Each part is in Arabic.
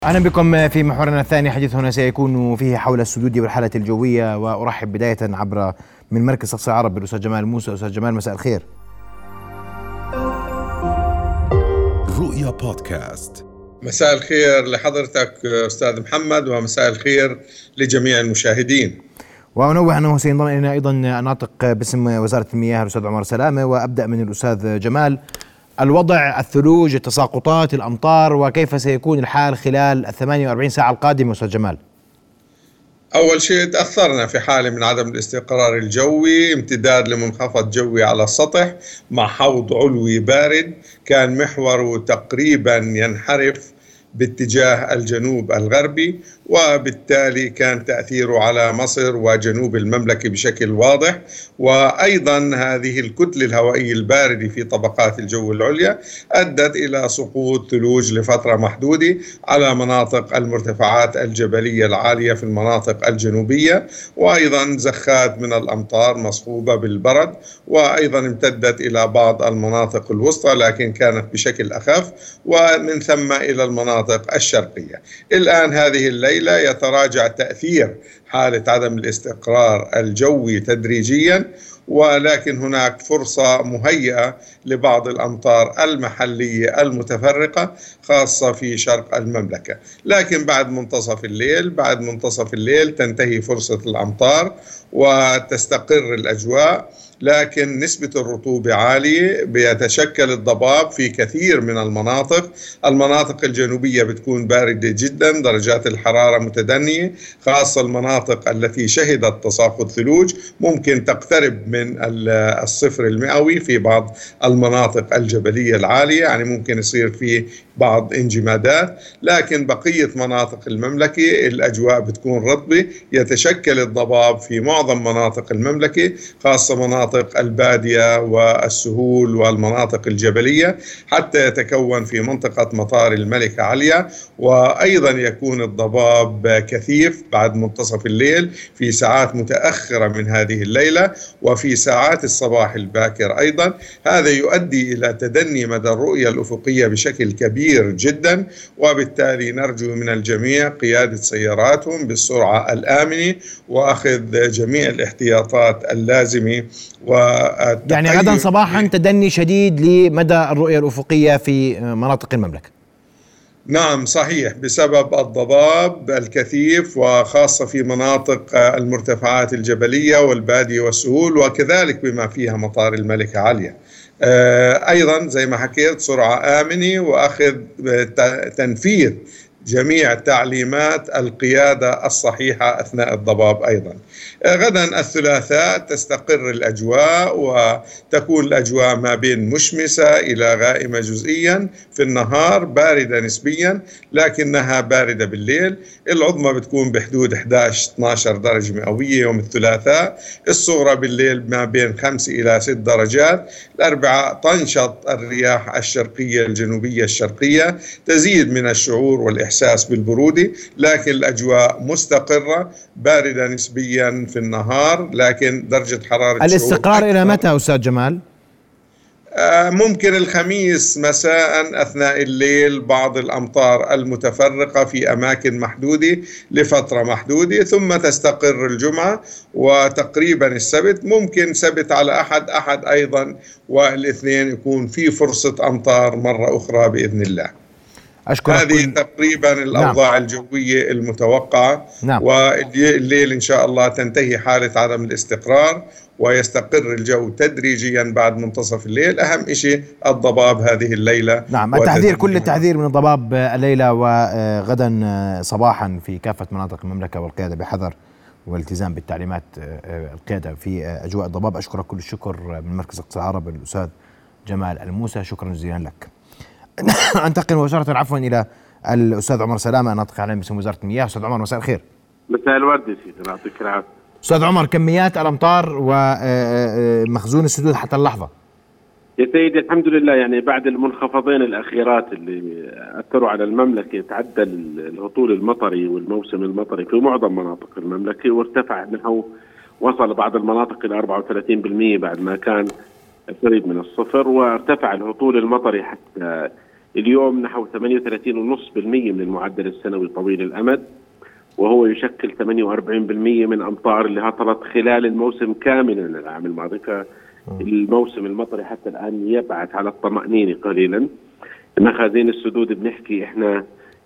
أهلا بكم في محورنا الثاني. حديثنا سيكون فيه حول السدود والحالة الجوية، وأرحب بداية عبر من مركز تقصي العرب بالأستاذ جمال موسى. أستاذ جمال، مساء الخير. رؤيا بودكاست. مساء الخير لحضرتك أستاذ محمد، ومساء الخير لجميع المشاهدين. وأنوه أنه سينضم إلينا أيضا ناطق باسم وزارة المياه الأستاذ عمر سلامة. وأبدأ من الأستاذ جمال، الوضع، الثلوج، التساقطات، الأمطار، وكيف سيكون الحال خلال 48 ساعة القادمة أستاذ جمال؟ أول شيء تأثرنا في حالة من عدم الاستقرار الجوي، امتداد لمنخفض جوي على السطح مع حوض علوي بارد كان محوره تقريبا ينحرف باتجاه الجنوب الغربي، وبالتالي كان تأثيره على مصر وجنوب المملكة بشكل واضح. وأيضا هذه الكتلة الهوائية الباردة في طبقات الجو العليا أدت إلى سقوط ثلوج لفترة محدودة على مناطق المرتفعات الجبلية العالية في المناطق الجنوبية، وأيضا زخات من الأمطار مصحوبة بالبرد، وأيضا امتدت إلى بعض المناطق الوسطى لكن كانت بشكل أخف، ومن ثم إلى المناطق الشرقية. الآن هذه الليلة يتراجع تأثير حالة عدم الاستقرار الجوي تدريجيا، ولكن هناك فرصة مهيئة لبعض الأمطار المحلية المتفرقة خاصة في شرق المملكة. لكن بعد منتصف الليل تنتهي فرصة الأمطار وتستقر الأجواء، لكن نسبة الرطوبة عالية، بيتشكل الضباب في كثير من المناطق الجنوبية بتكون باردة جدا، درجات الحرارة متدنية، خاصة المناطق التي شهدت تساقط ثلوج ممكن تقترب من الصفر المئوي في بعض المناطق الجبلية العالية، يعني ممكن يصير في بعض انجمادات. لكن بقية مناطق المملكة الأجواء بتكون رطبة، يتشكل الضباب في معظم مناطق المملكة، خاصة مناطق البادية والسهول والمناطق الجبلية، حتى يتكون في منطقة مطار الملكة عليا. وأيضا يكون الضباب كثيف بعد منتصف الليل في ساعات متأخرة من هذه الليلة وفي ساعات الصباح الباكر أيضا. هذا يؤدي إلى تدني مدى الرؤية الأفقية بشكل كبير جدا، وبالتالي نرجو من الجميع قيادة سياراتهم بالسرعة الآمنة وأخذ جميع الاحتياطات اللازمة. يعني غدا صباحا تدني شديد لمدى الرؤية الأفقية في مناطق المملكة. نعم صحيح، بسبب الضباب الكثيف، وخاصة في مناطق المرتفعات الجبلية والبادية والسهول، وكذلك بما فيها مطار الملكة عليا. أيضا زي ما حكيت سرعة آمنة وأخذ تنفيذ جميع تعليمات القيادة الصحيحة أثناء الضباب. أيضا غدا الثلاثاء تستقر الأجواء وتكون الأجواء ما بين مشمسة إلى غائمة جزئيا في النهار، باردة نسبيا لكنها باردة بالليل. العظمى بتكون بحدود 11-12 درجة مئوية يوم الثلاثاء، الصغرى بالليل ما بين 5 إلى 6 درجات. الأربعاء تنشط الرياح الشرقية الجنوبية الشرقية، تزيد من الشعور والإحساس بالبرودة، لكن الأجواء مستقرة، باردة نسبيا في النهار، لكن درجة حرارة الاستقرار إلى متى أستاذ جمال؟ ممكن الخميس مساء أثناء الليل بعض الأمطار المتفرقة في أماكن محدودة لفترة محدودة، ثم تستقر الجمعة، وتقريبا السبت ممكن سبت على أحد أيضا، والاثنين يكون في فرصة أمطار مرة أخرى بإذن الله. هذه تقريبا الأوضاع الجوية المتوقعة. والليل إن شاء الله تنتهي حالة عدم الاستقرار ويستقر الجو تدريجيا بعد منتصف الليل. أهم شيء الضباب هذه الليلة. نعم، التحذير، كل التحذير من الضباب الليلة وغدا صباحا في كافة مناطق المملكة، والقيادة بحذر والالتزام بالتعليمات القيادة في أجواء الضباب. أشكرك كل الشكر من مركز تقصي العرب الأستاذ جمال الموسى، شكرا جزيلا لك. انتقل مباشرة عفوا إلى الأستاذ عمر سلامة، ناطق إعلامي باسم وزارة المياه. أستاذ عمر، مساء الخير. مساء الورد يا سيدي، يعطيك العافية. أستاذ عمر، كميات الأمطار ومخزون السدود حتى اللحظة. يا سيدي الحمد لله، يعني بعد المنخفضين الأخيرات اللي أثروا على المملكة تعدل الهطول المطري والموسم المطري في معظم مناطق المملكة، وارتفع وصل بعض المناطق إلى 34% بعد ما كان قريب من الصفر، وارتفع الهطول المطري حتى اليوم نحو 38.5% من المعدل السنوي طويل الأمد، وهو يشكل 48% من أمطار اللي هطلت خلال الموسم كاملا العام الماضي. فالموسم المطري حتى الآن يبعث على الطمأنينة قليلا. مخازين السدود بنحكي إحنا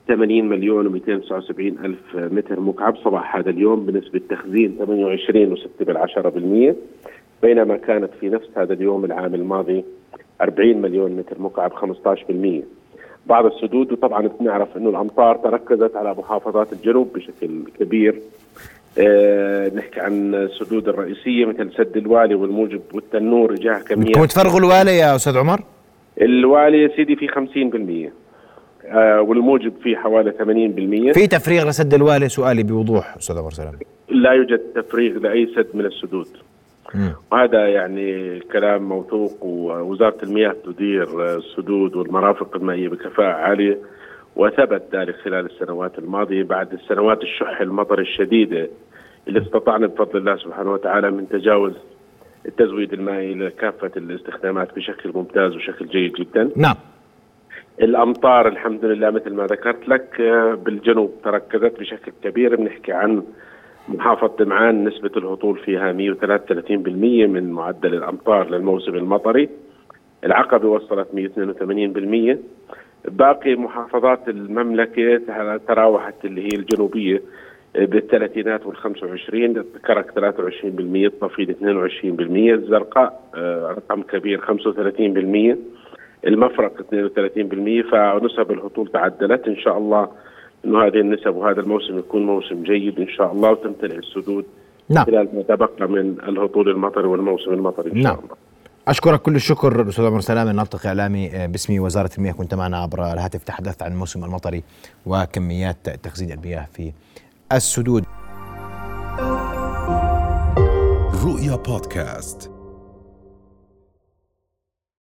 80,279,000 متر مكعب صباح هذا اليوم بنسبة تخزين 28.6%، بينما كانت في نفس هذا اليوم العام الماضي 40 مليون متر مكعب 15%. بعض السدود، وطبعا بنعرف انه الامطار تركزت على محافظات الجنوب بشكل كبير. نحكي عن السدود الرئيسيه مثل سد الوالي والموجب والتنور رجع كميات. بدكم تفرغوا الوالي يا استاذ عمر؟ الوالي يا سيدي في 50%، والموجب في حوالي 80%. في تفريغ لسد الوالي؟ سؤالي بوضوح استاذ عمر سلام. لا يوجد تفريغ لاي سد من السدود، وهذا يعني كلام موثوق، ووزارة المياه تدير السدود والمرافق المائية بكفاءة عالية، وثبت ذلك خلال السنوات الماضية بعد السنوات الشح المطر الشديدة اللي استطعنا بفضل الله سبحانه وتعالى من تجاوز التزويد المائي لكافة الاستخدامات بشكل ممتاز وشكل جيد جدا. نعم. الأمطار الحمد لله مثل ما ذكرت لك بالجنوب تركزت بشكل كبير. بنحكي عن محافظة دمعان نسبة الهطول فيها 133% من معدل الأمطار للموسم المطري. العقبة وصلت 182%. باقي محافظات المملكة تراوحت اللي هي الجنوبية بالثلاثينات وال25، كرك 23%، الطفيل 22%، الزرقاء رقم كبير 35%، المفرق 32%. فنسب الهطول تعدلت. إن شاء الله إنه هذه النسب وهذا الموسم يكون موسم جيد إن شاء الله، وتمتلئ السدود خلال ما تبقى من الهطول المطري والموسم المطري إن شاء الله. أشكرك كل الشكر الأستاذ عمر سلام، الناطق إعلامي باسم وزارة المياه، كنت معنا عبر الهاتف، تحدثت عن الموسم المطري وكميات تخزين المياه في السدود. رؤيا بودكاست.